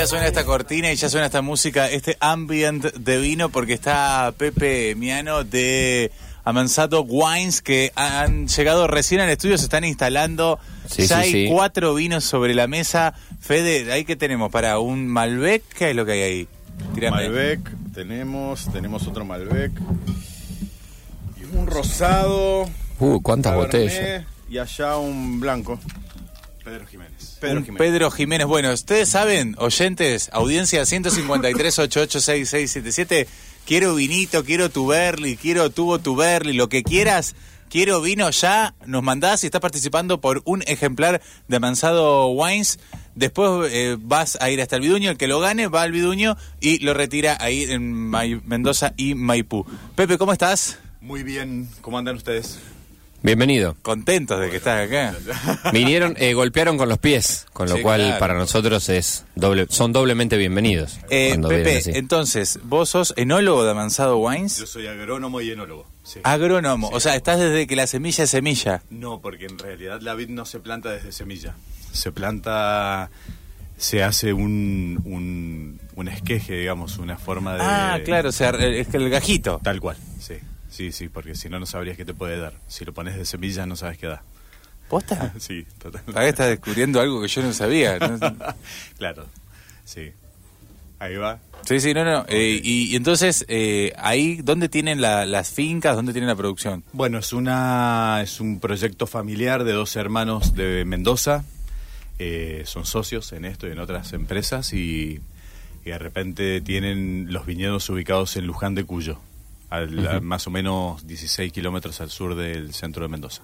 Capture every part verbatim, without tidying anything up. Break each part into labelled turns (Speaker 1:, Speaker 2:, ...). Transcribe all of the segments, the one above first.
Speaker 1: ya suena esta cortina y ya suena esta música, este ambient de vino, porque está Pepe Miano de Amansato Wines, que han llegado recién al estudio, se están instalando.
Speaker 2: Sí,
Speaker 1: ya
Speaker 2: sí,
Speaker 1: hay
Speaker 2: sí.
Speaker 1: cuatro vinos sobre la mesa. Fede, ¿ahí qué tenemos? Para un Malbec, ¿qué es lo que hay ahí? Tírame.
Speaker 3: Malbec, tenemos, tenemos otro Malbec. Y un rosado.
Speaker 2: Uh, cuántas
Speaker 3: Cabernet,
Speaker 2: botellas.
Speaker 3: Y allá un blanco. Pedro Jiménez. Pedro
Speaker 1: Un
Speaker 3: Jiménez.
Speaker 1: Pedro Jiménez. Bueno, ustedes saben, oyentes, audiencia ciento cincuenta y tres, ochenta y ocho, sesenta y seis setenta y siete, quiero vinito, quiero tuberli, quiero tubo tuberli, lo que quieras, quiero vino ya, nos mandás y estás participando por un ejemplar de Amansato Wines. Después eh, vas a ir hasta el Viduño, el que lo gane va al Viduño y lo retira ahí en May- Mendoza y Maipú. Pepe, ¿cómo estás?
Speaker 3: Muy bien. ¿Cómo andan ustedes?
Speaker 2: Bienvenido.
Speaker 1: Contentos de que estás acá.
Speaker 2: Vinieron, eh, golpearon con los pies, con lo
Speaker 1: Sí,
Speaker 2: cual
Speaker 1: claro.
Speaker 2: para nosotros es doble, son doblemente bienvenidos.
Speaker 1: Eh,
Speaker 2: cuando vienen
Speaker 1: Pepe,
Speaker 2: así.
Speaker 1: entonces, vos sos enólogo de Amansato Wines.
Speaker 3: Yo soy agrónomo y enólogo. Sí.
Speaker 1: Agrónomo,
Speaker 3: Sí.
Speaker 1: o sea, estás desde que la semilla es semilla.
Speaker 3: No, porque en realidad la vid no se planta desde semilla. Se planta, se hace un, un, un esqueje, digamos, una forma de...
Speaker 1: Ah, claro, o sea, es que el gajito.
Speaker 3: Tal cual, sí. Sí, sí, porque si no, no sabrías qué te puede dar. Si lo pones de semilla, no sabes qué da.
Speaker 1: ¿Posta?
Speaker 3: Sí, total.
Speaker 1: Ahora estás descubriendo algo que yo no sabía. ¿no?
Speaker 3: Claro, sí. Ahí va.
Speaker 1: Sí, sí, no, no. Eh, y, y entonces, eh, ahí, ¿dónde tienen la- las fincas? ¿Dónde tienen la producción?
Speaker 3: Bueno, es una es un proyecto familiar de dos hermanos de Mendoza. Eh, son socios en esto y en otras empresas y, y de repente tienen los viñedos ubicados en Luján de Cuyo, al,
Speaker 2: Ujú.
Speaker 3: a más o menos dieciséis kilómetros al sur del centro de Mendoza.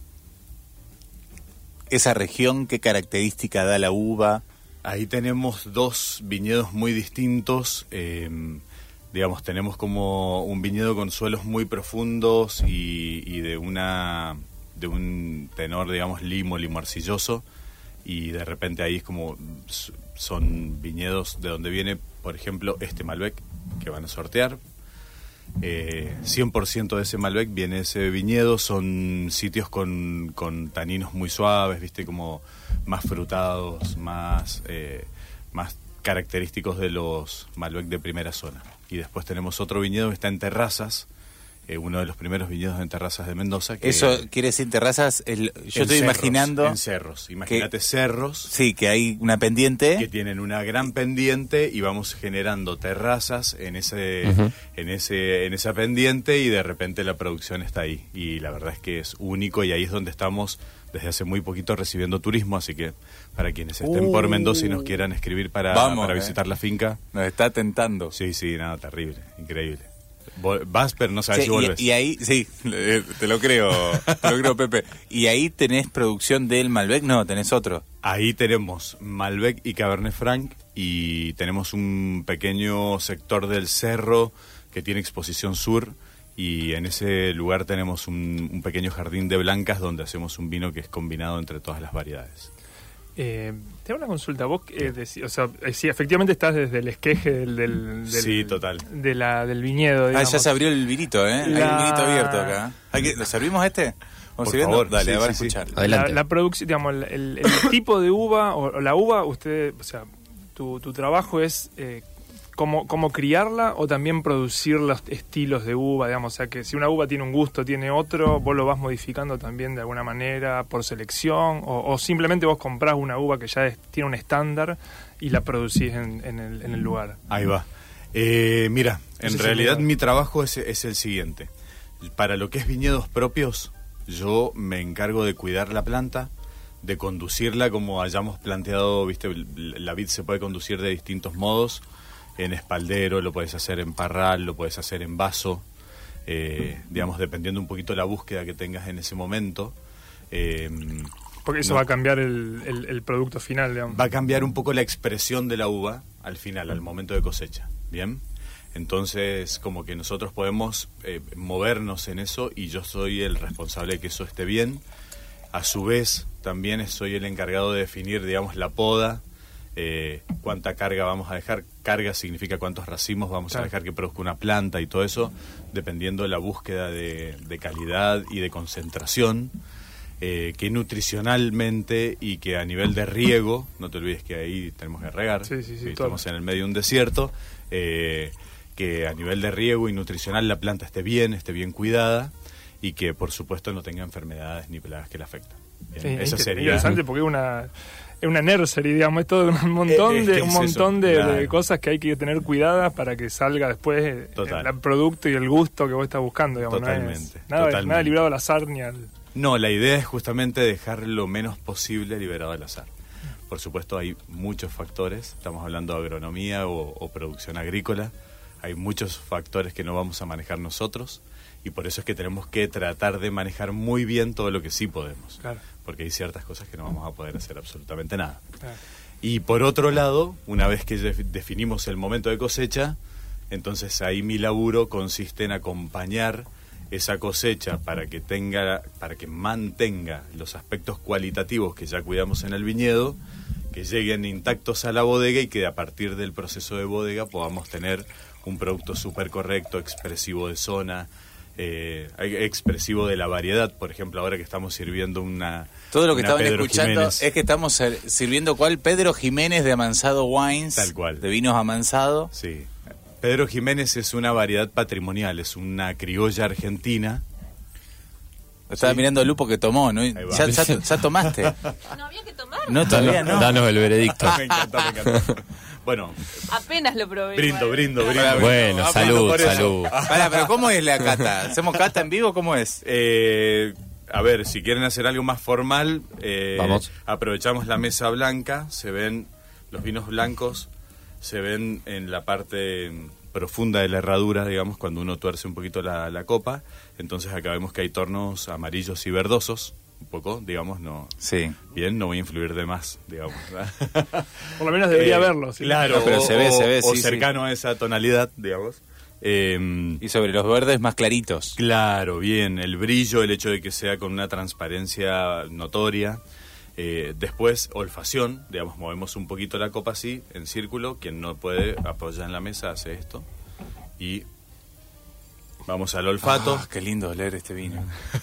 Speaker 1: Esa región, ¿qué característica da la uva?
Speaker 3: Ahí tenemos dos viñedos muy distintos. eh, digamos, tenemos como un viñedo con suelos muy profundos y, y de una de un tenor, digamos, limo, limo arcilloso. Y de repente ahí es como s- son viñedos de donde viene, por ejemplo, este Malbec que van a sortear. Eh, cien por ciento de ese Malbec viene de ese viñedo, son sitios con, con taninos muy suaves, viste, como más frutados, más, eh, más característicos de los Malbec de primera zona. Y después tenemos otro viñedo que está en Terrazas, eh, uno de los primeros viñedos en Terrazas de Mendoza. Que
Speaker 1: Eso quiere decir terrazas. El, yo
Speaker 3: en
Speaker 1: estoy
Speaker 3: cerros,
Speaker 1: imaginando.
Speaker 3: En cerros, imagínate cerros.
Speaker 1: Sí, que hay una pendiente.
Speaker 3: Que tienen una gran pendiente y vamos generando terrazas en ese,
Speaker 2: Ujú.
Speaker 3: en ese, en esa pendiente y de repente la producción está ahí. Y la verdad es que es único y ahí es donde estamos desde hace muy poquito recibiendo turismo, así que para quienes estén
Speaker 1: Uh.
Speaker 3: por Mendoza y nos quieran escribir para,
Speaker 1: Vamos,
Speaker 3: para
Speaker 1: eh.
Speaker 3: visitar la finca.
Speaker 1: Nos está tentando.
Speaker 3: Sí, sí, nada, terrible, increíble. Vol- Vas, pero no sabes
Speaker 1: Sí,
Speaker 3: si vuelves.
Speaker 1: y, y ahí, sí, eh, te lo creo, te lo creo, Pepe. ¿Y ahí tenés producción del Malbec? No, tenés otro.
Speaker 3: Ahí tenemos Malbec y Cabernet Franc y tenemos un pequeño sector del cerro que tiene exposición sur y en ese lugar tenemos un, un pequeño jardín de blancas donde hacemos un vino que es combinado entre todas las variedades.
Speaker 4: Eh, tengo una consulta. Vos, eh, decí- o sea, eh, sí, efectivamente estás desde el esqueje del, del, del-
Speaker 3: Sí, total.
Speaker 4: de la, del viñedo.
Speaker 1: Ah,
Speaker 4: Digamos.
Speaker 1: ya se abrió el vinito, ¿eh? Hay
Speaker 4: La-
Speaker 1: un vinito abierto acá. ¿Hay que, ¿Lo servimos este? ¿Vamos
Speaker 3: Por
Speaker 1: sirviendo?
Speaker 3: favor,
Speaker 1: Dale,
Speaker 3: sí,
Speaker 1: a ver,
Speaker 3: sí, sí.
Speaker 1: escuchar.
Speaker 2: Adelante.
Speaker 4: La, la producción, digamos, el, el- el tipo de uva o, o la uva, usted, o sea, tu, tu trabajo es eh, cómo, cómo criarla o también producir los estilos de uva, digamos, o sea, que si una uva tiene un gusto, tiene otro, vos lo vas modificando también de alguna manera por selección o, o simplemente vos comprás una uva que ya es- tiene un estándar y la producís en, en el, en el lugar.
Speaker 3: Ahí va. Eh, mira, en
Speaker 4: Sí, sí,
Speaker 3: realidad
Speaker 4: mira.
Speaker 3: mi trabajo es, es el siguiente. Para lo que es viñedos propios, yo me encargo de cuidar la planta, de conducirla como hayamos planteado, viste, la vid se puede conducir de distintos modos, en espaldero, lo puedes hacer en parral, lo puedes hacer en vaso, eh, digamos, dependiendo un poquito la búsqueda que tengas en ese momento. Eh,
Speaker 4: Porque eso
Speaker 3: No.
Speaker 4: va a cambiar el, el- el producto final, digamos.
Speaker 3: va a cambiar un poco la expresión de la uva al final, al momento de cosecha, ¿bien? Entonces, como que nosotros podemos eh, movernos en eso y yo soy el responsable de que eso esté bien. A su vez, también soy el encargado de definir, digamos, la poda, eh, cuánta carga vamos a dejar. Carga significa cuántos racimos vamos
Speaker 4: Claro.
Speaker 3: a dejar que produzca una planta y todo eso, dependiendo de la búsqueda de, de calidad y de concentración. eh, que nutricionalmente y que a nivel de riego, no te olvides que ahí tenemos que regar,
Speaker 4: Sí, sí, sí,
Speaker 3: estamos
Speaker 4: todo.
Speaker 3: en el medio de un desierto, eh, que a nivel de riego y nutricional la planta esté bien, esté bien cuidada y que por supuesto no tenga enfermedades ni plagas que la afecten. Bien,
Speaker 4: Sí,
Speaker 3: eso
Speaker 4: es
Speaker 3: sería
Speaker 4: interesante porque es una, es una nursery, digamos, es todo un montón,
Speaker 3: Eh, es que
Speaker 4: de,
Speaker 3: es
Speaker 4: un
Speaker 3: eso,
Speaker 4: montón de,
Speaker 3: claro.
Speaker 4: de cosas que hay que tener cuidadas para que salga después eh,
Speaker 3: Total.
Speaker 4: el producto y el gusto que vos estás buscando. Digamos, no es
Speaker 3: Totalmente,
Speaker 4: nada,
Speaker 3: totalmente.
Speaker 4: nada librado al azar ni al...
Speaker 3: No, la idea es justamente dejar lo menos posible liberado al azar. Por supuesto hay muchos factores, estamos hablando de agronomía o, o producción agrícola, hay muchos factores que no vamos a manejar nosotros y por eso es que tenemos que tratar de manejar muy bien todo lo que sí podemos,
Speaker 4: Claro.
Speaker 3: porque hay ciertas cosas que no vamos a poder hacer absolutamente nada.
Speaker 4: Claro.
Speaker 3: Y por otro lado, una vez que def- definimos el momento de cosecha, entonces ahí mi laburo consiste en acompañar esa cosecha para que tenga, para que mantenga los aspectos cualitativos que ya cuidamos en el viñedo, que lleguen intactos a la bodega y que a partir del proceso de bodega podamos tener un producto súper correcto, expresivo de zona, eh, expresivo de la variedad. Por ejemplo, ahora que estamos sirviendo una
Speaker 1: Todo lo que
Speaker 3: una
Speaker 1: estaban
Speaker 3: Pedro
Speaker 1: escuchando
Speaker 3: Jiménez.
Speaker 1: es que estamos ser- sirviendo cuál Pedro Jiménez de Amansado Wines,
Speaker 3: Tal cual.
Speaker 1: de vinos Amansado.
Speaker 3: Sí. Pedro Jiménez es una variedad patrimonial, es una criolla argentina.
Speaker 1: Estaba
Speaker 3: Sí.
Speaker 1: mirando el lupo que tomó, ¿no?
Speaker 3: va.
Speaker 1: Ya, ya, ya tomaste.
Speaker 5: No había que tomar.
Speaker 1: No, todavía no.
Speaker 2: Danos el veredicto.
Speaker 3: Me encanta, me encanta. Bueno,
Speaker 5: Apenas lo probé.
Speaker 3: brindo,
Speaker 5: igual.
Speaker 3: brindo, brindo.
Speaker 1: Pará,
Speaker 2: Bueno,
Speaker 1: Ah,
Speaker 2: salud,
Speaker 1: por eso.
Speaker 2: salud.
Speaker 1: Pará, pero ¿cómo es la cata? ¿Hacemos cata en vivo? ¿Cómo es?
Speaker 3: Eh, a ver, si quieren hacer algo más formal, eh,
Speaker 2: Vamos.
Speaker 3: aprovechamos la mesa blanca, se ven los vinos blancos, se ven en la parte profunda de la herradura, digamos, cuando uno tuerce un poquito la, la copa. Entonces acá vemos que hay tonos amarillos y verdosos, un poco, digamos, no...
Speaker 1: Sí.
Speaker 3: Bien, no voy a influir de más, digamos.
Speaker 4: Por lo menos debería
Speaker 3: Eh,
Speaker 4: verlo. ¿sí?
Speaker 3: Claro,
Speaker 1: No, pero
Speaker 3: o,
Speaker 1: se ve,
Speaker 3: o-
Speaker 1: se ve,
Speaker 3: o
Speaker 1: sí, sí.
Speaker 3: cercano a esa tonalidad, digamos. Eh,
Speaker 1: Y sobre los verdes más claritos.
Speaker 3: Claro, bien, el brillo, el hecho de que sea con una transparencia notoria. Eh, después, olfacción, digamos, movemos un poquito la copa así, en círculo. Quien no puede apoyar en la mesa hace esto. Y vamos al olfato.
Speaker 1: Ah, qué lindo oler este vino.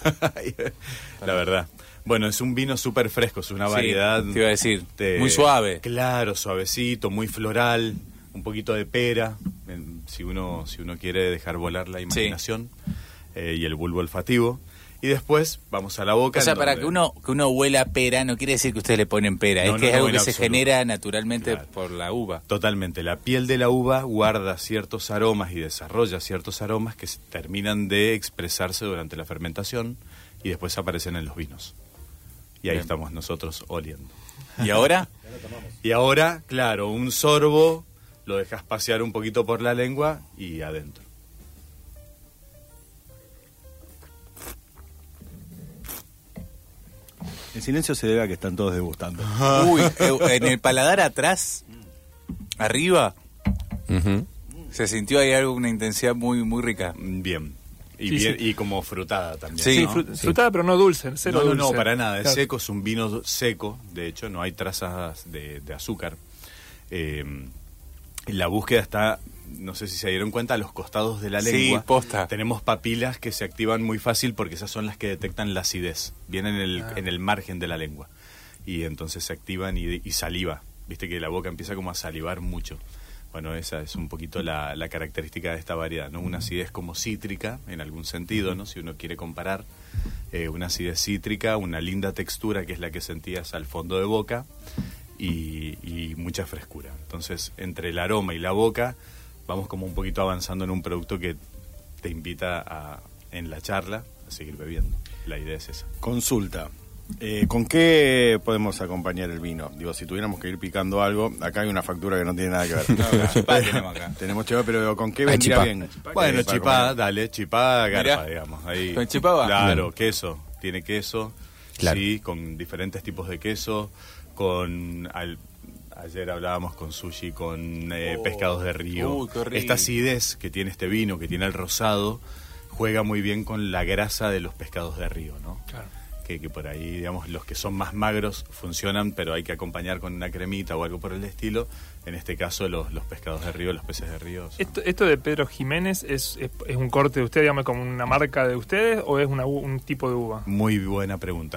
Speaker 3: La verdad. Bueno, es un vino súper fresco, es una
Speaker 1: Sí,
Speaker 3: variedad...
Speaker 1: te iba a decir,
Speaker 3: de-
Speaker 1: muy suave.
Speaker 3: Claro, suavecito, muy floral, un poquito de pera, en- si uno si uno quiere dejar volar la imaginación, eh, y el bulbo olfativo. Y después vamos a la boca.
Speaker 1: O sea,
Speaker 3: en
Speaker 1: para
Speaker 3: donde-
Speaker 1: que uno que uno huela pera no quiere decir que ustedes le ponen pera,
Speaker 3: No,
Speaker 1: es que
Speaker 3: no,
Speaker 1: es algo
Speaker 3: no,
Speaker 1: que
Speaker 3: en
Speaker 1: se
Speaker 3: absoluto.
Speaker 1: genera naturalmente
Speaker 3: Claro.
Speaker 1: por la uva.
Speaker 3: Totalmente, la piel de la uva guarda ciertos aromas y desarrolla ciertos aromas que se terminan de expresarse durante la fermentación y después aparecen en los vinos. Y ahí
Speaker 1: Bien.
Speaker 3: estamos nosotros oliendo.
Speaker 1: ¿Y ahora?
Speaker 3: Y ahora, claro, un sorbo, lo dejas pasear un poquito por la lengua y adentro.
Speaker 6: El silencio se debe a que están todos degustando.
Speaker 1: Uy, eh, en el paladar atrás, arriba,
Speaker 2: Ujú.
Speaker 1: se sintió ahí algo, una intensidad muy muy rica.
Speaker 3: Bien. Y,
Speaker 4: Sí,
Speaker 3: bien,
Speaker 4: sí.
Speaker 3: y como frutada también.
Speaker 1: Sí,
Speaker 4: Sí,
Speaker 3: ¿no?
Speaker 4: fru- frutada, pero no dulce, cero
Speaker 3: No, no,
Speaker 4: dulce.
Speaker 3: no, para nada. Es
Speaker 4: Claro.
Speaker 3: seco, es un vino seco. De hecho, no hay trazas de, de azúcar. Eh, la búsqueda está, no sé si se dieron cuenta, a los costados de la
Speaker 1: Sí,
Speaker 3: lengua.
Speaker 1: posta.
Speaker 3: Tenemos papilas que se activan muy fácil porque esas son las que detectan la acidez. Vienen en el,
Speaker 4: Ah.
Speaker 3: en el margen de la lengua. Y entonces se activan y, y saliva. Viste que la boca empieza como a salivar mucho. Bueno, esa es un poquito la, la característica de esta variedad, ¿no? Una acidez como cítrica, en algún sentido, ¿no? Si uno quiere comparar, eh, una acidez cítrica, una linda textura, que es la que sentías al fondo de boca, y, y mucha frescura. Entonces, entre el aroma y la boca, vamos como un poquito avanzando en un producto que te invita a, en la charla, a seguir bebiendo. La idea es esa.
Speaker 6: Consulta. Eh, ¿Con qué podemos acompañar el vino? Digo, si tuviéramos que ir picando algo, acá hay una factura que no tiene nada que ver.
Speaker 1: No, chipá tenemos acá.
Speaker 6: Tenemos chipá, pero ¿con qué
Speaker 2: Ah,
Speaker 6: vendría
Speaker 2: chipá.
Speaker 6: bien?
Speaker 3: Bueno,
Speaker 6: Eh, para
Speaker 3: chipá,
Speaker 6: comer.
Speaker 3: dale, chipá, garpa,
Speaker 1: Mirá.
Speaker 3: digamos. Ahí.
Speaker 1: ¿Con chipá va?
Speaker 3: Claro,
Speaker 2: Bien.
Speaker 3: queso. Tiene queso,
Speaker 2: Claro.
Speaker 3: sí, con diferentes tipos de queso, con... al- ayer hablábamos con sushi, con eh,
Speaker 1: Oh.
Speaker 3: pescados de río.
Speaker 1: Uy, qué rico.
Speaker 3: Esta acidez que tiene este vino, que tiene el rosado, juega muy bien con la grasa de los pescados de río, ¿no?
Speaker 4: Claro.
Speaker 3: Que, que por ahí, digamos, los que son más magros funcionan, pero hay que acompañar con una cremita o algo por el estilo. En este caso, los, los pescados de río, los peces de río. son-
Speaker 4: Esto, esto de Pedro Jiménez es, es, es un corte de ustedes, digamos, como una marca de ustedes o es una, u- un tipo de uva?
Speaker 3: Muy buena pregunta.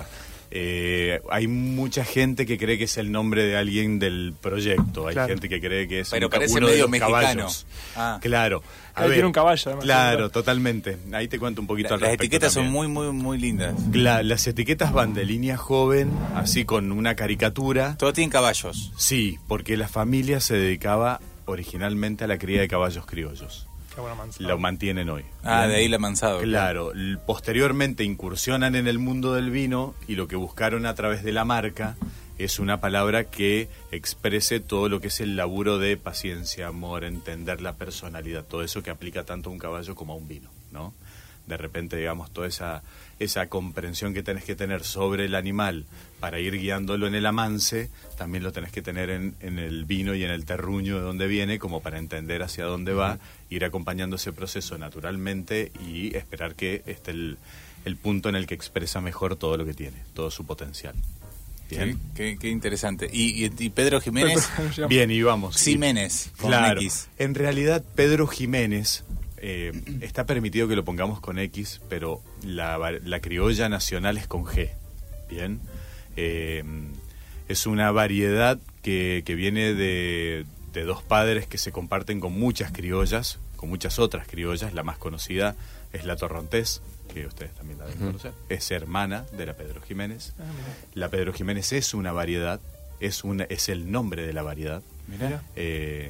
Speaker 3: Eh, hay mucha gente que cree que es el nombre de alguien del proyecto. Hay
Speaker 4: Claro.
Speaker 3: gente que cree que es
Speaker 1: Pero
Speaker 3: un-
Speaker 1: parece
Speaker 3: uno de
Speaker 1: medio
Speaker 3: los
Speaker 1: mexicano.
Speaker 3: caballos.
Speaker 1: Ah.
Speaker 3: Claro. A
Speaker 4: Ahí
Speaker 3: ver,
Speaker 4: tiene un caballo, además.
Speaker 3: Claro, totalmente. Ahí te cuento un poquito al
Speaker 1: Las
Speaker 3: respecto
Speaker 1: etiquetas son
Speaker 3: también.
Speaker 1: muy, muy, muy lindas.
Speaker 3: La- las etiquetas van de línea joven, así con una caricatura.
Speaker 1: Todos tienen caballos.
Speaker 3: Sí, porque la familia se dedicaba originalmente a la cría de caballos criollos.
Speaker 4: Qué buena manzana.
Speaker 3: Lo mantienen hoy.
Speaker 1: Ah,
Speaker 3: Bien.
Speaker 1: de ahí la manzado.
Speaker 3: Claro, l- posteriormente incursionan en el mundo del vino y lo que buscaron a través de la marca es una palabra que exprese todo lo que es el laburo de paciencia, amor, entender la personalidad, todo eso que aplica tanto a un caballo como a un vino, ¿no? De repente, digamos, toda esa, esa comprensión que tenés que tener sobre el animal para ir guiándolo en el amance, también lo tenés que tener en, en el vino y en el terruño de donde viene, como para entender hacia dónde va, ir acompañando ese proceso naturalmente y esperar que esté el, el punto en el que expresa mejor todo lo que tiene, todo su potencial. Bien,
Speaker 1: Qué, qué- qué interesante. ¿Y, y, y Pedro Jiménez?
Speaker 3: bien, y vamos.
Speaker 1: Jiménez, con
Speaker 3: Claro.
Speaker 1: X.
Speaker 3: En realidad, Pedro Jiménez eh, está permitido que lo pongamos con X, pero la, va- la criolla nacional es con G. Bien. Eh, es una variedad que, que viene de, de dos padres que se comparten con muchas criollas, con muchas otras criollas. La más conocida es la Torrontés, que ustedes también la deben conocer. Es hermana de la Pedro Jiménez.
Speaker 4: Ah, mirá.
Speaker 3: La Pedro Jiménez es una variedad, es, una, es el nombre de la variedad.
Speaker 1: Mirá.
Speaker 3: Eh,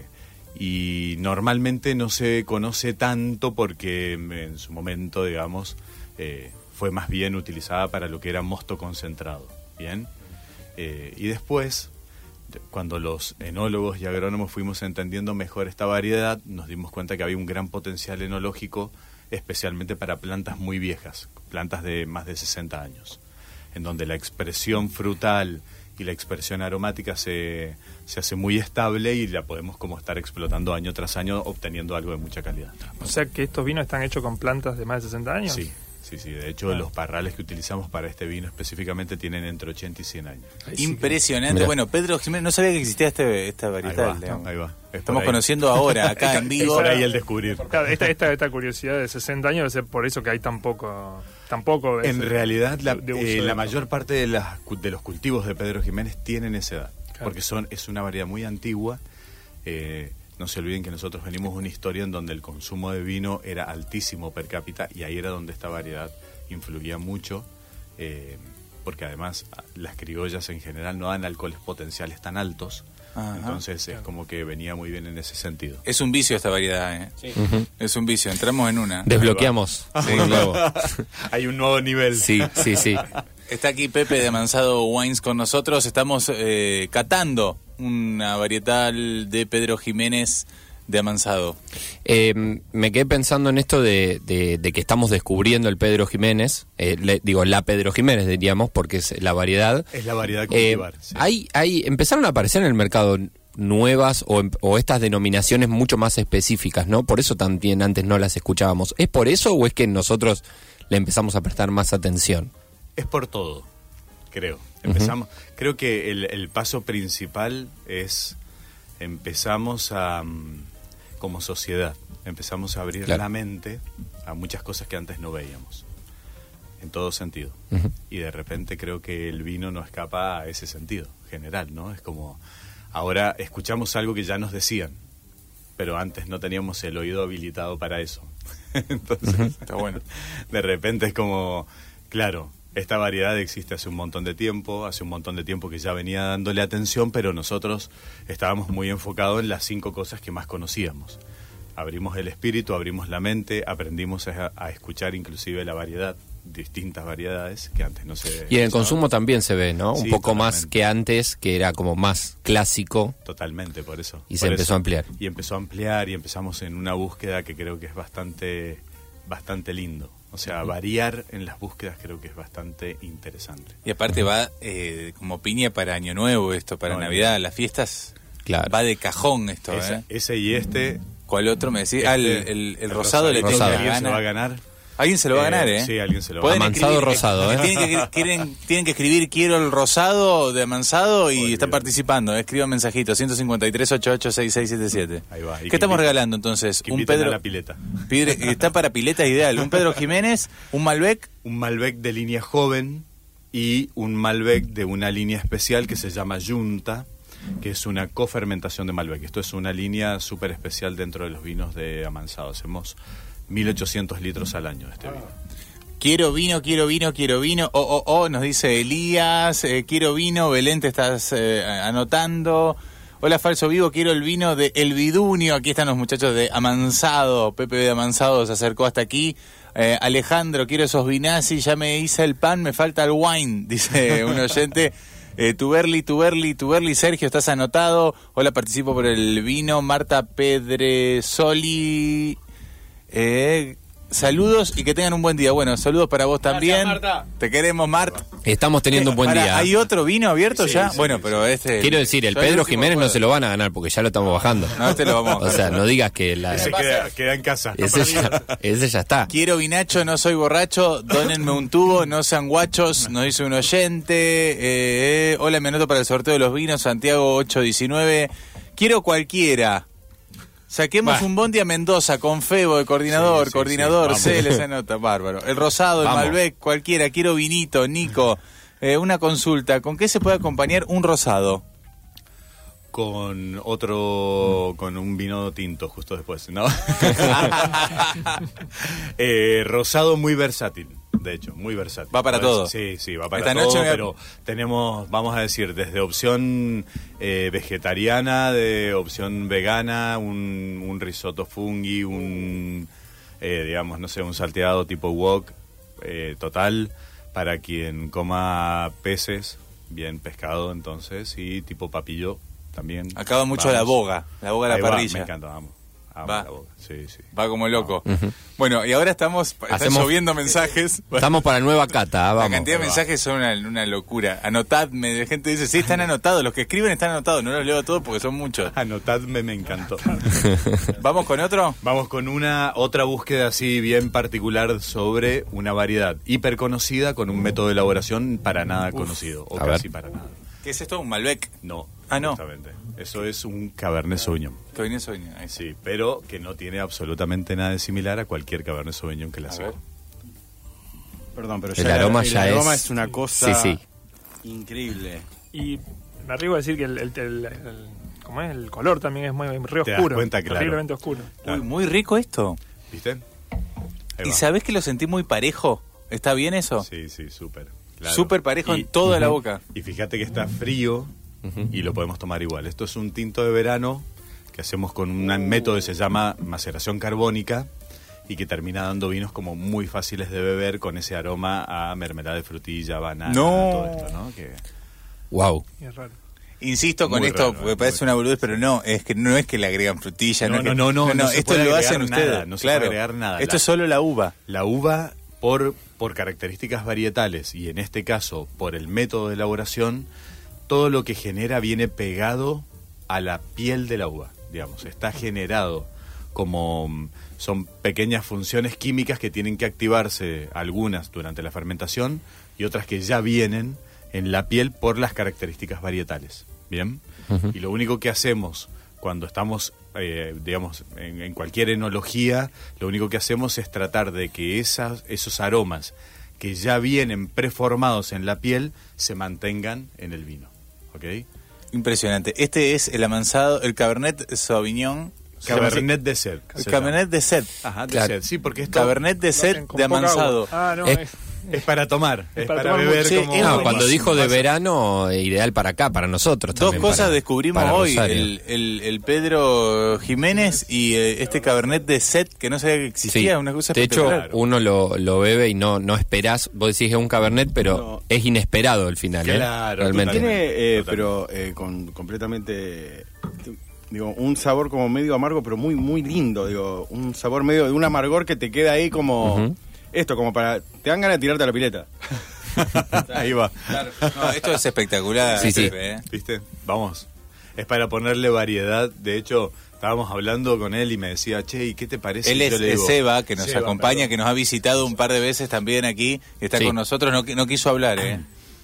Speaker 3: y normalmente no se conoce tanto porque en su momento, digamos, eh, fue más bien utilizada para lo que era mosto concentrado. Bien. Eh, y después, de- cuando los enólogos y agrónomos fuimos entendiendo mejor esta variedad, nos dimos cuenta que había un gran potencial enológico, especialmente para plantas muy viejas, plantas de más de sesenta años, en donde la expresión frutal y la expresión aromática se, se hace muy estable y la podemos como estar explotando año tras año, obteniendo algo de mucha calidad.
Speaker 4: O sea que estos vinos están hechos con plantas de más de sesenta años.
Speaker 3: Sí, sí, sí. De hecho,
Speaker 4: Ah.
Speaker 3: los parrales que utilizamos para este vino específicamente tienen entre ochenta y cien años.
Speaker 1: Impresionante.
Speaker 2: Mirá.
Speaker 1: Bueno, Pedro Jiménez, no sabía que existía este, esta
Speaker 3: Ahí
Speaker 1: varietal.
Speaker 3: va,
Speaker 1: digamos.
Speaker 3: ahí va. Es
Speaker 1: Estamos
Speaker 3: por ahí.
Speaker 1: conociendo ahora, acá en
Speaker 3: Es
Speaker 1: vivo.
Speaker 3: por ahí el descubrir.
Speaker 4: Claro, esta, esta, esta curiosidad de sesenta años debe ser por eso que hay tan poco, tan poco de
Speaker 3: En
Speaker 4: ese-
Speaker 3: realidad, la,
Speaker 4: de uso
Speaker 3: eh,
Speaker 4: de
Speaker 3: la
Speaker 4: esto.
Speaker 3: mayor parte de, las, cu- de los cultivos de Pedro Jiménez tienen esa edad,
Speaker 4: Claro.
Speaker 3: porque son es una variedad muy antigua. Eh, no se olviden que nosotros venimos de una historia en donde el consumo de vino era altísimo per cápita y ahí era donde esta variedad influía mucho, eh, porque además a- las criollas en general no dan alcoholes potenciales tan altos,
Speaker 1: Ajá.
Speaker 3: entonces es como que venía muy bien en ese sentido.
Speaker 1: Es un vicio esta variedad, ¿eh?
Speaker 2: Ujú.
Speaker 1: Es un vicio. Entramos en una.
Speaker 2: Desbloqueamos. un nuevo.
Speaker 3: Hay un nuevo nivel.
Speaker 2: Sí, sí, sí.
Speaker 1: Está aquí Pepe de Amansado Wines con nosotros. Estamos eh, catando una varietal de Pedro Jiménez de Amansado.
Speaker 2: Eh, me quedé pensando en esto de, de- de que estamos descubriendo el Pedro Jiménez. Eh, le- digo, la Pedro Jiménez, diríamos, porque es la variedad.
Speaker 3: Es la variedad a
Speaker 2: Eh,
Speaker 3: cultivar. sí.
Speaker 2: hay, hay, empezaron a aparecer en el mercado nuevas o, em- o estas denominaciones mucho más específicas, ¿no? Por eso también antes no las escuchábamos. ¿Es por eso o es que nosotros le empezamos a prestar más atención?
Speaker 3: Es por todo, creo. Empezamos, creo que el, el paso principal es empezamos a mm, como sociedad, empezamos a abrir
Speaker 2: Claro.
Speaker 3: la mente a muchas cosas que antes no veíamos. En todo sentido.
Speaker 2: Ujú.
Speaker 3: Y de repente creo que el vino no escapa a ese sentido general, ¿no? Es como ahora escuchamos algo que ya nos decían, pero antes no teníamos el oído habilitado para eso. Entonces,
Speaker 1: Está bueno.
Speaker 3: de repente es como, claro, esta variedad existe hace un montón de tiempo, hace un montón de tiempo que ya venía dándole atención, pero nosotros estábamos muy enfocados en las cinco cosas que más conocíamos. Abrimos el espíritu, abrimos la mente, aprendimos a, a escuchar inclusive la variedad, distintas variedades que antes no se...
Speaker 2: Y en el
Speaker 3: escuchaban.
Speaker 2: consumo también se ve, ¿no? Un
Speaker 3: Sí,
Speaker 2: poco más
Speaker 3: totalmente.
Speaker 2: que antes, que era como más clásico.
Speaker 3: Totalmente, por eso.
Speaker 2: Y se
Speaker 3: Por
Speaker 2: empezó
Speaker 3: eso.
Speaker 2: a ampliar.
Speaker 3: Y empezó a ampliar y empezamos en una búsqueda que creo que es bastante, bastante lindo. O sea, variar en las búsquedas creo que es bastante interesante.
Speaker 1: Y aparte va eh, como piña para Año Nuevo esto, para
Speaker 3: No,
Speaker 1: Navidad, las fiestas.
Speaker 2: Claro.
Speaker 1: Va de cajón esto,
Speaker 3: Ese,
Speaker 1: ¿eh?
Speaker 3: ese y este...
Speaker 1: ¿Cuál otro me decís?
Speaker 3: este,
Speaker 1: Ah, el, el- el rosado le tiene
Speaker 2: rosado.
Speaker 1: que
Speaker 3: ¿Alguien se lo va a
Speaker 1: ganar.
Speaker 3: ganar?
Speaker 1: Alguien se lo va a ganar, ¿eh?
Speaker 3: Sí, alguien se lo va a
Speaker 1: Pueden
Speaker 3: ganar.
Speaker 2: Amansado
Speaker 1: escribir,
Speaker 2: rosado, ¿eh?
Speaker 1: Tienen que, quieren, tienen que escribir quiero el rosado de Amansado y
Speaker 3: Olvídate.
Speaker 1: están participando. ¿eh? Escriban mensajitos, ciento cincuenta y tres, ochenta y ocho, sesenta y seis setenta y siete.
Speaker 3: Ahí va. Y
Speaker 1: ¿Qué
Speaker 3: que
Speaker 1: estamos
Speaker 3: inviten-
Speaker 1: regalando entonces?
Speaker 3: Que
Speaker 1: Un
Speaker 3: inviten a
Speaker 1: Pedro...
Speaker 3: la pileta.
Speaker 1: Pide- está para pileta ideal. Un Pedro Jiménez, un Malbec.
Speaker 3: Un Malbec de línea joven y un Malbec de una línea especial que se llama Junta, que es una cofermentación de Malbec. Esto es una línea súper especial dentro de los vinos de Amansado. Hacemos mil ochocientos litros al año de este vino.
Speaker 1: Quiero vino, quiero vino, quiero vino. Oh, oh, oh, nos dice Elías. Eh, quiero vino. Belén, te estás eh, anotando. Hola, Falso Vivo. Quiero el vino de El Vidunio. Aquí están los muchachos de Amansado. Pepe de Amansado se acercó hasta aquí. Eh, Alejandro, quiero esos vinazzi. Ya me hice el pan, me falta el wine, dice un oyente. Eh, Tuberli, Tuberli, Tuberli. Sergio, estás anotado. Hola, participo por el vino. Marta Pedresoli. Eh... Saludos y que tengan un buen día. Bueno, saludos para vos también.
Speaker 6: Gracias, Marta.
Speaker 1: Te queremos, Marta.
Speaker 2: Estamos teniendo un buen
Speaker 1: Pará,
Speaker 2: día.
Speaker 1: ¿hay otro vino abierto
Speaker 3: Sí,
Speaker 1: ya?
Speaker 3: sí,
Speaker 1: bueno,
Speaker 3: sí,
Speaker 1: pero este...
Speaker 2: Quiero decir, el
Speaker 1: yo
Speaker 2: Pedro
Speaker 1: último
Speaker 2: Jiménez no
Speaker 1: puedo.
Speaker 2: se lo van a ganar porque ya lo estamos bajando.
Speaker 1: No, este lo vamos a
Speaker 2: O sea, no digas que la...
Speaker 3: Ese queda, queda en casa.
Speaker 2: Ese ya, ese ya está.
Speaker 1: Quiero vinacho, no soy borracho, dónenme un tubo, no sean guachos, nos dice un oyente. Eh, eh, hola, me anoto para el sorteo de los vinos, Santiago ocho diecinueve. Quiero cualquiera. Saquemos
Speaker 2: Bah.
Speaker 1: un bondi a Mendoza con Febo de coordinador,
Speaker 3: Sí, sí,
Speaker 1: coordinador,
Speaker 3: sí,
Speaker 1: C,
Speaker 3: vamos.
Speaker 1: les anota, bárbaro. El rosado, el
Speaker 2: Vamos.
Speaker 1: Malbec, cualquiera, quiero vinito, Nico. Eh, una consulta, ¿con qué se puede acompañar un rosado?
Speaker 3: Con otro, con un vino tinto justo después, ¿no? eh, rosado muy versátil, de hecho, muy versátil.
Speaker 1: Va para todo.
Speaker 3: Sí, sí, va para
Speaker 1: Esta
Speaker 3: todo,
Speaker 1: noche me voy a-
Speaker 3: pero tenemos, vamos a decir, desde opción eh, vegetariana, de opción vegana, un, un risotto fungi, un, eh, digamos, no sé, un salteado tipo wok, eh, total, para quien coma peces, bien pescado entonces, y tipo papillo también.
Speaker 1: Acaba mucho
Speaker 3: Vamos.
Speaker 1: la boga, la boga de
Speaker 3: Ahí
Speaker 1: la
Speaker 3: va,
Speaker 1: parrilla.
Speaker 3: me encanta, vamos. Amo
Speaker 1: Va.
Speaker 3: la boga. Sí, sí.
Speaker 1: Va como loco. Bueno, y ahora estamos, están
Speaker 2: Hacemos-
Speaker 1: lloviendo mensajes.
Speaker 2: Estamos para nueva cata,
Speaker 1: La
Speaker 2: vamos.
Speaker 1: cantidad de
Speaker 3: ahí va.
Speaker 1: mensajes son una, una locura. Anotadme, de gente dice, sí, están anotados, los que escriben están anotados, no los leo todos porque son muchos.
Speaker 3: Anotadme, me encantó.
Speaker 1: ¿Vamos con otro?
Speaker 3: Vamos con una otra búsqueda así bien particular sobre una variedad hiper conocida con un método de elaboración para nada conocido, o
Speaker 2: A ver.
Speaker 3: casi para nada.
Speaker 1: ¿Qué es esto? ¿Un Malbec?
Speaker 3: No.
Speaker 1: Ah, no.
Speaker 3: Justamente. Eso es un Cabernet Sauvignon.
Speaker 1: Que venía sueño. Ahí sí.
Speaker 3: Sí, pero que no tiene absolutamente nada de similar a cualquier Cabernet Sauvignon que la
Speaker 1: A
Speaker 3: siga.
Speaker 1: ver.
Speaker 6: Perdón, pero
Speaker 2: El
Speaker 6: ya
Speaker 2: aroma
Speaker 6: el
Speaker 2: ya
Speaker 6: aroma
Speaker 2: es-
Speaker 6: es una cosa
Speaker 2: Sí, sí.
Speaker 6: increíble.
Speaker 4: Y me arriesgo a decir que el, el, el- el- ¿cómo es? El color también es muy, muy
Speaker 3: Te das
Speaker 4: oscuro.
Speaker 3: cuenta, claro.
Speaker 4: Terriblemente oscuro.
Speaker 3: Claro.
Speaker 1: Uy, muy rico esto.
Speaker 3: ¿Viste? Ahí
Speaker 1: ¿Y
Speaker 3: va.
Speaker 1: sabés que lo sentí muy parejo? ¿Está bien eso?
Speaker 3: Sí, sí, súper. Claro.
Speaker 1: Súper parejo en toda la boca.
Speaker 3: Y fíjate que está frío y lo podemos tomar igual. Esto es un tinto de verano que hacemos con un método que se llama maceración carbónica y que termina dando vinos como muy fáciles de beber con ese aroma a mermelada de frutilla, banana,
Speaker 1: No.
Speaker 3: todo esto, ¿no? Que
Speaker 2: Wow.
Speaker 4: Y es raro.
Speaker 1: Insisto con
Speaker 3: Muy
Speaker 1: esto,
Speaker 3: raro,
Speaker 1: porque
Speaker 3: eh,
Speaker 1: parece
Speaker 3: muy-
Speaker 1: una boludez, pero no, es que no es que le agregan frutilla.
Speaker 3: No,
Speaker 1: es
Speaker 3: no,
Speaker 1: que-
Speaker 3: no, no, no se
Speaker 1: esto
Speaker 3: puede
Speaker 1: lo
Speaker 3: agregar
Speaker 1: hacen
Speaker 3: nada,
Speaker 1: ustedes.
Speaker 3: no se
Speaker 1: claro.
Speaker 3: puede agregar nada.
Speaker 1: Esto
Speaker 3: La-
Speaker 1: es solo la uva.
Speaker 3: la uva, por, por características varietales y en este caso por el método de elaboración, todo lo que genera viene pegado a la piel de la uva, digamos, está generado como mm, son pequeñas funciones químicas que tienen que activarse, algunas durante la fermentación y otras que ya vienen en la piel por las características varietales. ¿Bien? Y lo único que hacemos cuando estamos, eh, digamos, en, en cualquier enología, lo único que hacemos es tratar de que esas, esos aromas que ya vienen preformados en la piel se mantengan en el vino. ¿Ok?
Speaker 1: Impresionante. Este es el amansado, el Cabernet Sauvignon. ¿se llama así?
Speaker 3: Cabernet de Sed.
Speaker 1: El
Speaker 3: se
Speaker 1: Cabernet de Sed.
Speaker 3: llama. Ajá, de
Speaker 2: Claro.
Speaker 3: Sed. Sí, porque esto
Speaker 1: Cabernet de
Speaker 4: Lo
Speaker 1: Sed
Speaker 4: hacen con
Speaker 1: de
Speaker 4: poca
Speaker 1: amansado.
Speaker 4: agua. Ah, no,
Speaker 2: Es-
Speaker 4: es-
Speaker 3: es para tomar, es,
Speaker 4: para
Speaker 3: para,
Speaker 4: tomar
Speaker 3: beber
Speaker 1: mucho.
Speaker 3: como...
Speaker 1: Sí, es
Speaker 2: No,
Speaker 1: buenísimo.
Speaker 2: cuando dijo de
Speaker 1: Pasa.
Speaker 2: verano, eh, ideal para acá, para nosotros
Speaker 1: Dos
Speaker 2: también,
Speaker 1: cosas
Speaker 2: para-
Speaker 1: descubrimos
Speaker 2: para
Speaker 1: hoy,
Speaker 2: Rosario.
Speaker 1: el, el, el Pedro Jiménez y eh, este Cabernet de Sed que no sabía que existía,
Speaker 2: Sí.
Speaker 1: una cosa
Speaker 2: De hecho,
Speaker 1: espectacular.
Speaker 2: uno lo, lo bebe y no, no esperás, vos decís es un Cabernet, pero
Speaker 6: No.
Speaker 2: es inesperado el final, ¿eh?
Speaker 3: Claro,
Speaker 2: Realmente.
Speaker 3: totalmente.
Speaker 6: Tiene, eh,
Speaker 3: Totalmente.
Speaker 6: pero eh, con completamente, digo, un sabor como medio amargo, pero muy, muy lindo, digo, un sabor medio de un amargor que te queda ahí como,
Speaker 2: Ujú.
Speaker 6: esto, como para, te dan ganas de tirarte a la pileta.
Speaker 3: Ahí va.
Speaker 1: No, esto es espectacular.
Speaker 2: Sí, sí.
Speaker 1: Pepe, ¿eh?
Speaker 3: ¿Viste? Vamos. Es para ponerle variedad. De hecho, estábamos hablando con él y me decía, che, ¿y qué te parece?
Speaker 1: Él
Speaker 3: Y
Speaker 1: es,
Speaker 3: yo le
Speaker 1: es
Speaker 3: digo,
Speaker 1: Seba, que nos
Speaker 3: Seba,
Speaker 1: acompaña,
Speaker 3: perdón.
Speaker 1: que nos ha visitado un par de veces también aquí, que está
Speaker 2: Sí.
Speaker 1: con nosotros, no, qui- no quiso hablar, ¿eh?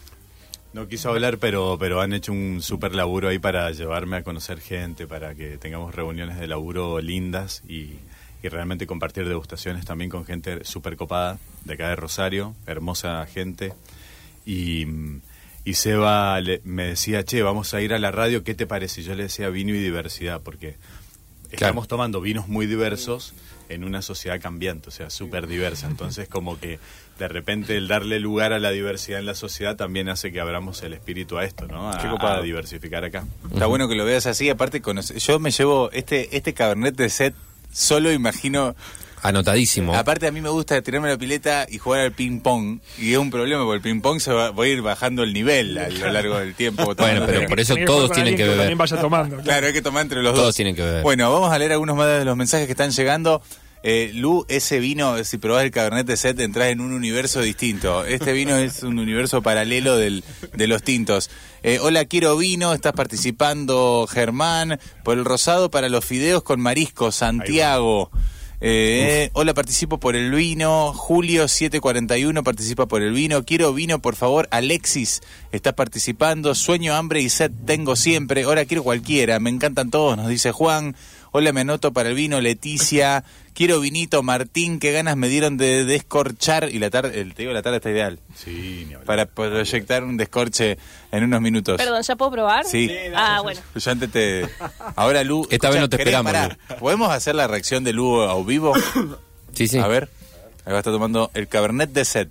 Speaker 3: No quiso hablar, pero, pero han hecho un súper laburo ahí para llevarme a conocer gente, para que tengamos reuniones de laburo lindas y, y realmente compartir degustaciones también con gente súper copada de acá de Rosario, hermosa gente. Y, y Seba le, me decía, che, vamos a ir a la radio, ¿qué te parece? Y yo le decía vino y diversidad, porque estamos tomando vinos muy diversos en una sociedad cambiante, o sea, súper diversa. Entonces, como que de repente el darle lugar a la diversidad en la sociedad también hace que abramos el espíritu a esto, ¿no? A, a diversificar acá.
Speaker 1: Está bueno que lo veas así. Aparte, conoce, yo me llevo este este Cabernet de Set, solo imagino...
Speaker 2: Anotadísimo.
Speaker 1: Aparte, a mí me gusta tirarme la pileta y jugar al ping-pong. Y es un problema, porque el ping-pong se va, va a ir bajando el nivel a lo largo del tiempo.
Speaker 2: Bueno, pero por eso todos tienen que beber.
Speaker 4: También vaya tomando. Claro.
Speaker 1: Claro, hay que tomar entre los dos.
Speaker 2: Todos tienen que beber.
Speaker 1: Bueno, vamos a leer algunos más de los mensajes que están llegando. Eh, Lu, ese vino, si probás el Cabernet de Set, entrás en un universo distinto. Este vino es un universo paralelo del, de los tintos. Eh, hola, quiero vino, estás participando, Germán, por el rosado para los fideos con marisco, Santiago. Eh, hola, participo por el vino. Julio siete cuarenta y uno participa por el vino. Quiero vino, por favor. Alexis está participando. Sueño, hambre y sed tengo siempre. Ahora quiero cualquiera. Me encantan todos, nos dice Juan. Hola, me anoto para el vino. Leticia. Quiero vinito. Martín, qué ganas me dieron de descorchar. Y la tarde, el, te digo, la tarde está ideal.
Speaker 3: Sí, ni hablar.
Speaker 1: Para proyectar un descorche en unos minutos.
Speaker 5: Perdón, ¿ya puedo probar?
Speaker 1: Sí.
Speaker 5: Ah, bueno.
Speaker 1: Yo antes te... Ahora, Lu...
Speaker 2: Esta vez no te
Speaker 1: ¿querés
Speaker 2: esperamos,
Speaker 1: parar? ¿Podemos hacer la reacción de Lu a vivo?
Speaker 2: Sí, sí.
Speaker 1: A ver. Ahí va a estar tomando el Cabernet de Set.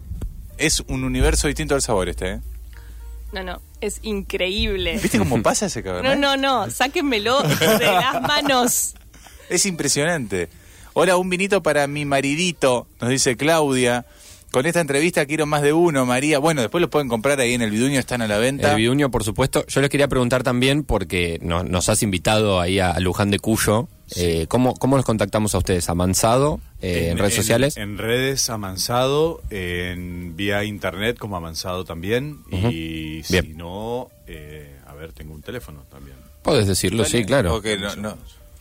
Speaker 1: Es un universo distinto al sabor este, ¿eh?
Speaker 5: No, no, es increíble.
Speaker 1: ¿Viste cómo pasa ese Cabernet?
Speaker 5: No, no, no, sáquenmelo de las manos.
Speaker 1: Es impresionante. Hola, un vinito para mi maridito, nos dice Claudia. Con esta entrevista quiero más de uno, María. Bueno, después los pueden comprar ahí en el Viduño, están a la venta.
Speaker 2: El Viduño, por supuesto. Yo les quería preguntar también, porque no, nos has invitado ahí a, a Luján de Cuyo. Sí. Eh, ¿cómo, ¿Cómo los contactamos a ustedes? ¿A Mansado? Eh, en, ¿En redes
Speaker 3: en,
Speaker 2: sociales?
Speaker 3: En redes, a Mansado. En vía internet, como a Mansado también. Uh-huh. Y Bien. Si no, eh, a ver, tengo un teléfono también.
Speaker 2: Puedes decirlo,
Speaker 1: Dale.
Speaker 2: Sí, claro.
Speaker 1: Okay, no, no.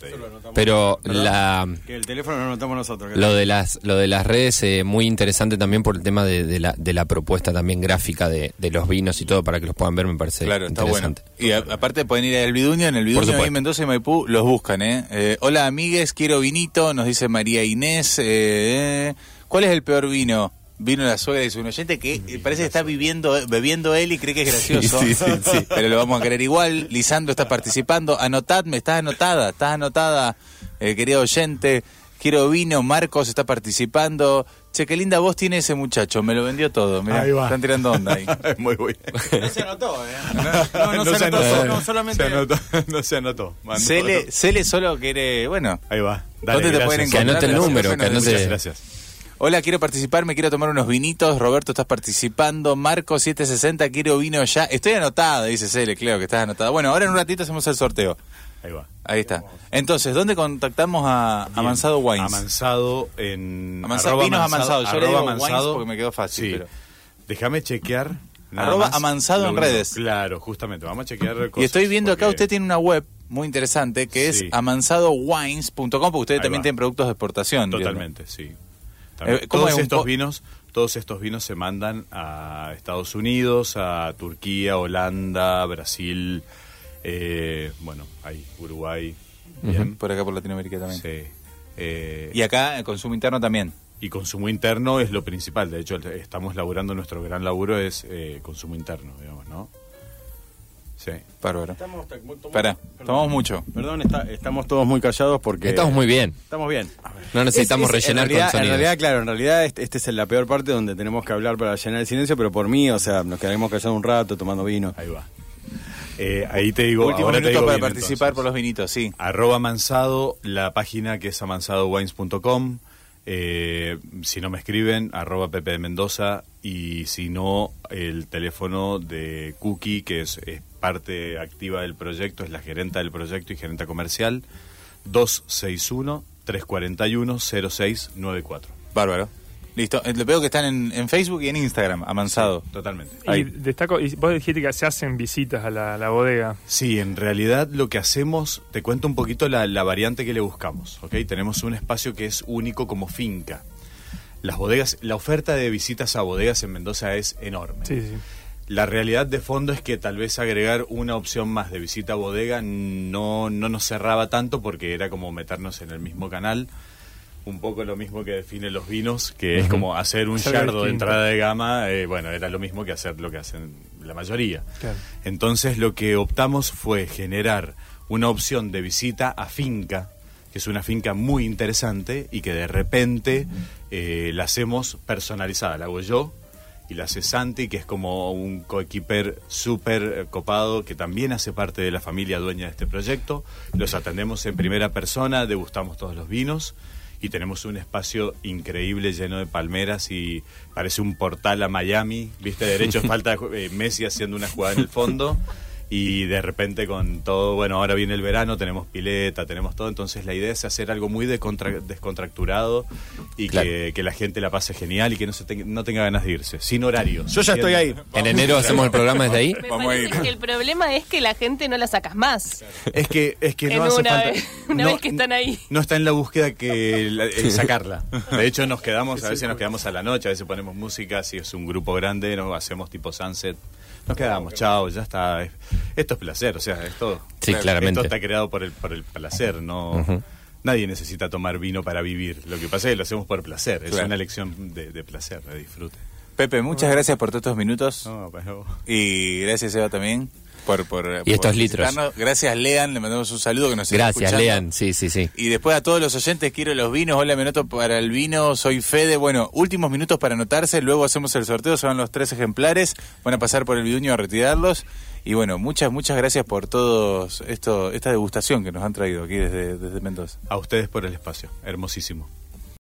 Speaker 2: Pero
Speaker 6: ¿verdad?
Speaker 2: la
Speaker 6: que el teléfono lo anotamos nosotros.
Speaker 2: Lo de las lo de las redes eh, muy interesante también por el tema de, de la de la propuesta también gráfica de, de los vinos y todo para que los puedan ver, me parece
Speaker 1: claro,
Speaker 2: interesante.
Speaker 1: Está bueno. Y a, aparte pueden ir al Viduño, en el Viduño ahí en Mendoza y Maipú los buscan, ¿eh? eh hola amigues, quiero vinito, nos dice María Inés. Eh, ¿Cuál es el peor vino? Vino la suegra y su un oyente que eh, parece que está viviendo, bebiendo él y cree que es gracioso.
Speaker 2: Sí, sí, sí, sí.
Speaker 1: Pero lo vamos a querer igual. Lisandro está participando. Anotadme, estás anotada, estás anotada, eh, querido oyente. Quiero vino. Marcos está participando. Che, qué linda voz tiene ese muchacho. Me lo vendió todo. Mirá,
Speaker 3: ahí va.
Speaker 1: Están tirando onda ahí.
Speaker 3: Muy bueno.
Speaker 6: No se anotó, ¿eh? No, no, no, no se, se anotó, anotó. No, solamente...
Speaker 3: Se anotó, no se anotó.
Speaker 1: Cele, Cele solo quiere... Bueno.
Speaker 3: Ahí va.
Speaker 1: Dale, ¿dónde te pueden encontrar?
Speaker 2: Que anote el número. Que anote...
Speaker 3: Muchas gracias.
Speaker 1: Hola, quiero participar, me quiero tomar unos vinitos. Roberto, estás participando. Marco siete sesenta, quiero vino ya. Estoy anotada, dice Cele, creo que estás anotada. Bueno, ahora en un ratito hacemos el sorteo.
Speaker 3: Ahí va.
Speaker 1: Ahí está. Entonces, ¿dónde contactamos a Amansado Wines?
Speaker 3: Amansado en...
Speaker 1: Amansado, vinos Amansado. Yo le digo Wines porque me quedó fácil. Sí. Pero...
Speaker 3: Déjame chequear.
Speaker 1: Arroba Amansado en redes.
Speaker 3: Claro, justamente. Vamos a chequear cosas.
Speaker 1: Y estoy viendo
Speaker 3: porque...
Speaker 1: acá, usted tiene una web muy interesante que es sí. amansado wines punto com, porque ustedes Ahí también va. Tienen productos de exportación.
Speaker 3: Totalmente, ¿vieron? Sí.
Speaker 1: Eh,
Speaker 3: todos estos vinos, todos estos vinos se mandan a Estados Unidos, a Turquía, Holanda, Brasil, eh, bueno, ahí Uruguay,
Speaker 1: uh-huh. bien. Por acá por Latinoamérica también.
Speaker 3: Sí. Eh,
Speaker 1: y acá el consumo interno también.
Speaker 3: Y consumo interno es lo principal. De hecho, estamos laburando, nuestro gran laburo es eh, consumo interno, digamos, ¿no? Sí.
Speaker 1: Bárbaro. Pará, tomamos mucho.
Speaker 6: Perdón, está, estamos todos muy callados porque...
Speaker 2: Estamos muy bien.
Speaker 6: Estamos bien.
Speaker 2: No necesitamos
Speaker 6: es, es,
Speaker 2: rellenar
Speaker 6: realidad,
Speaker 2: con sonidos.
Speaker 6: En realidad, claro, en realidad este, este es la peor parte donde tenemos que hablar para llenar el silencio, pero por mí, o sea, nos quedaremos callados un rato tomando vino.
Speaker 3: Ahí va. Eh, ahí te digo...
Speaker 1: Último
Speaker 3: ahora
Speaker 1: minuto
Speaker 3: te digo
Speaker 1: para
Speaker 3: bien,
Speaker 1: participar
Speaker 3: entonces.
Speaker 1: Por los vinitos, sí.
Speaker 3: Arroba Mansado, la página que es amansado wines punto com. Eh, si no me escriben, arroba Pepe de Mendoza, y si no, el teléfono de Cookie, que es, es parte activa del proyecto, es la gerenta del proyecto y gerenta comercial, dos seis uno, tres cuatro uno, cero seis nueve cuatro.
Speaker 1: Bárbaro. Listo. Le veo que están en, en Facebook y en Instagram, Amansado.
Speaker 3: Sí, totalmente.
Speaker 4: Y destaco, y vos dijiste que se hacen visitas a la, a la bodega.
Speaker 3: Sí, en realidad lo que hacemos, te cuento un poquito la, la variante que le buscamos, ¿ok? Tenemos un espacio que es único como finca. Las bodegas, la oferta de visitas a bodegas en Mendoza es enorme.
Speaker 4: Sí, sí.
Speaker 3: La realidad de fondo es que tal vez agregar una opción más de visita a bodega no, no nos cerraba tanto porque era como meternos en el mismo canal. un poco lo mismo que define los vinos, que es como hacer un yardo de entrada de gama, eh, bueno, era lo mismo que hacer lo que hacen la mayoría.
Speaker 4: Claro.
Speaker 3: Entonces lo que optamos fue generar una opción de visita a finca, que es una finca muy interesante y que de repente eh, la hacemos personalizada, la hago yo y la hace Santi, que es como un coequiper súper copado, que también hace parte de la familia dueña de este proyecto. Los atendemos en primera persona, degustamos todos los vinos y tenemos un espacio increíble lleno de palmeras y parece un portal a Miami, viste, derecho, falta eh, Messi haciendo una jugada en el fondo. Y de repente con todo, bueno, ahora viene el verano, tenemos pileta, tenemos todo, entonces la idea es hacer algo muy decontra- descontracturado y
Speaker 2: Claro.
Speaker 3: que, que la gente la pase genial y que no se te- no tenga ganas de irse, sin horarios.
Speaker 6: Yo ya estoy ahí.
Speaker 2: En enero hacemos el programa desde ahí.
Speaker 5: Me
Speaker 1: Vamos a
Speaker 5: parece
Speaker 1: ir.
Speaker 5: que el problema es que la gente no la sacas más.
Speaker 3: Es que, es que
Speaker 5: En
Speaker 3: no hace
Speaker 5: una
Speaker 3: falta.
Speaker 5: vez- una
Speaker 3: no,
Speaker 5: vez que están ahí.
Speaker 3: No está en la búsqueda que la- el sacarla. De hecho, nos quedamos, a veces nos quedamos a la noche, a veces ponemos música, si es un grupo grande, nos hacemos tipo sunset. Nos quedamos, chao, ya está. Es- Esto es placer, o sea, esto,
Speaker 2: Sí, claramente.
Speaker 3: esto está creado por el, por el placer, no.
Speaker 2: Ujú.
Speaker 3: Nadie necesita tomar vino para vivir. Lo que pasa es que lo hacemos por placer. Es
Speaker 1: Claro.
Speaker 3: una lección de, de placer, de disfrute.
Speaker 1: Pepe, muchas gracias por todos estos minutos.
Speaker 3: No, pero...
Speaker 1: Y gracias, Eva, también. Por, por,
Speaker 2: Y estos
Speaker 1: por
Speaker 2: litros.
Speaker 1: visitarnos. Gracias, Lean. Le mandamos un saludo que nos está
Speaker 2: Gracias,
Speaker 1: escuchando.
Speaker 2: Lean. Sí, sí, sí.
Speaker 1: Y después a todos los oyentes, quiero los vinos. Hola, me anoto para el vino. Soy Fede. Bueno, últimos minutos para anotarse. Luego hacemos el sorteo. Son los tres ejemplares. Van a pasar por el viduño a retirarlos. Y bueno, muchas, muchas gracias por todos esto, esta degustación que nos han traído aquí desde, desde Mendoza.
Speaker 3: A ustedes por el espacio. Hermosísimo.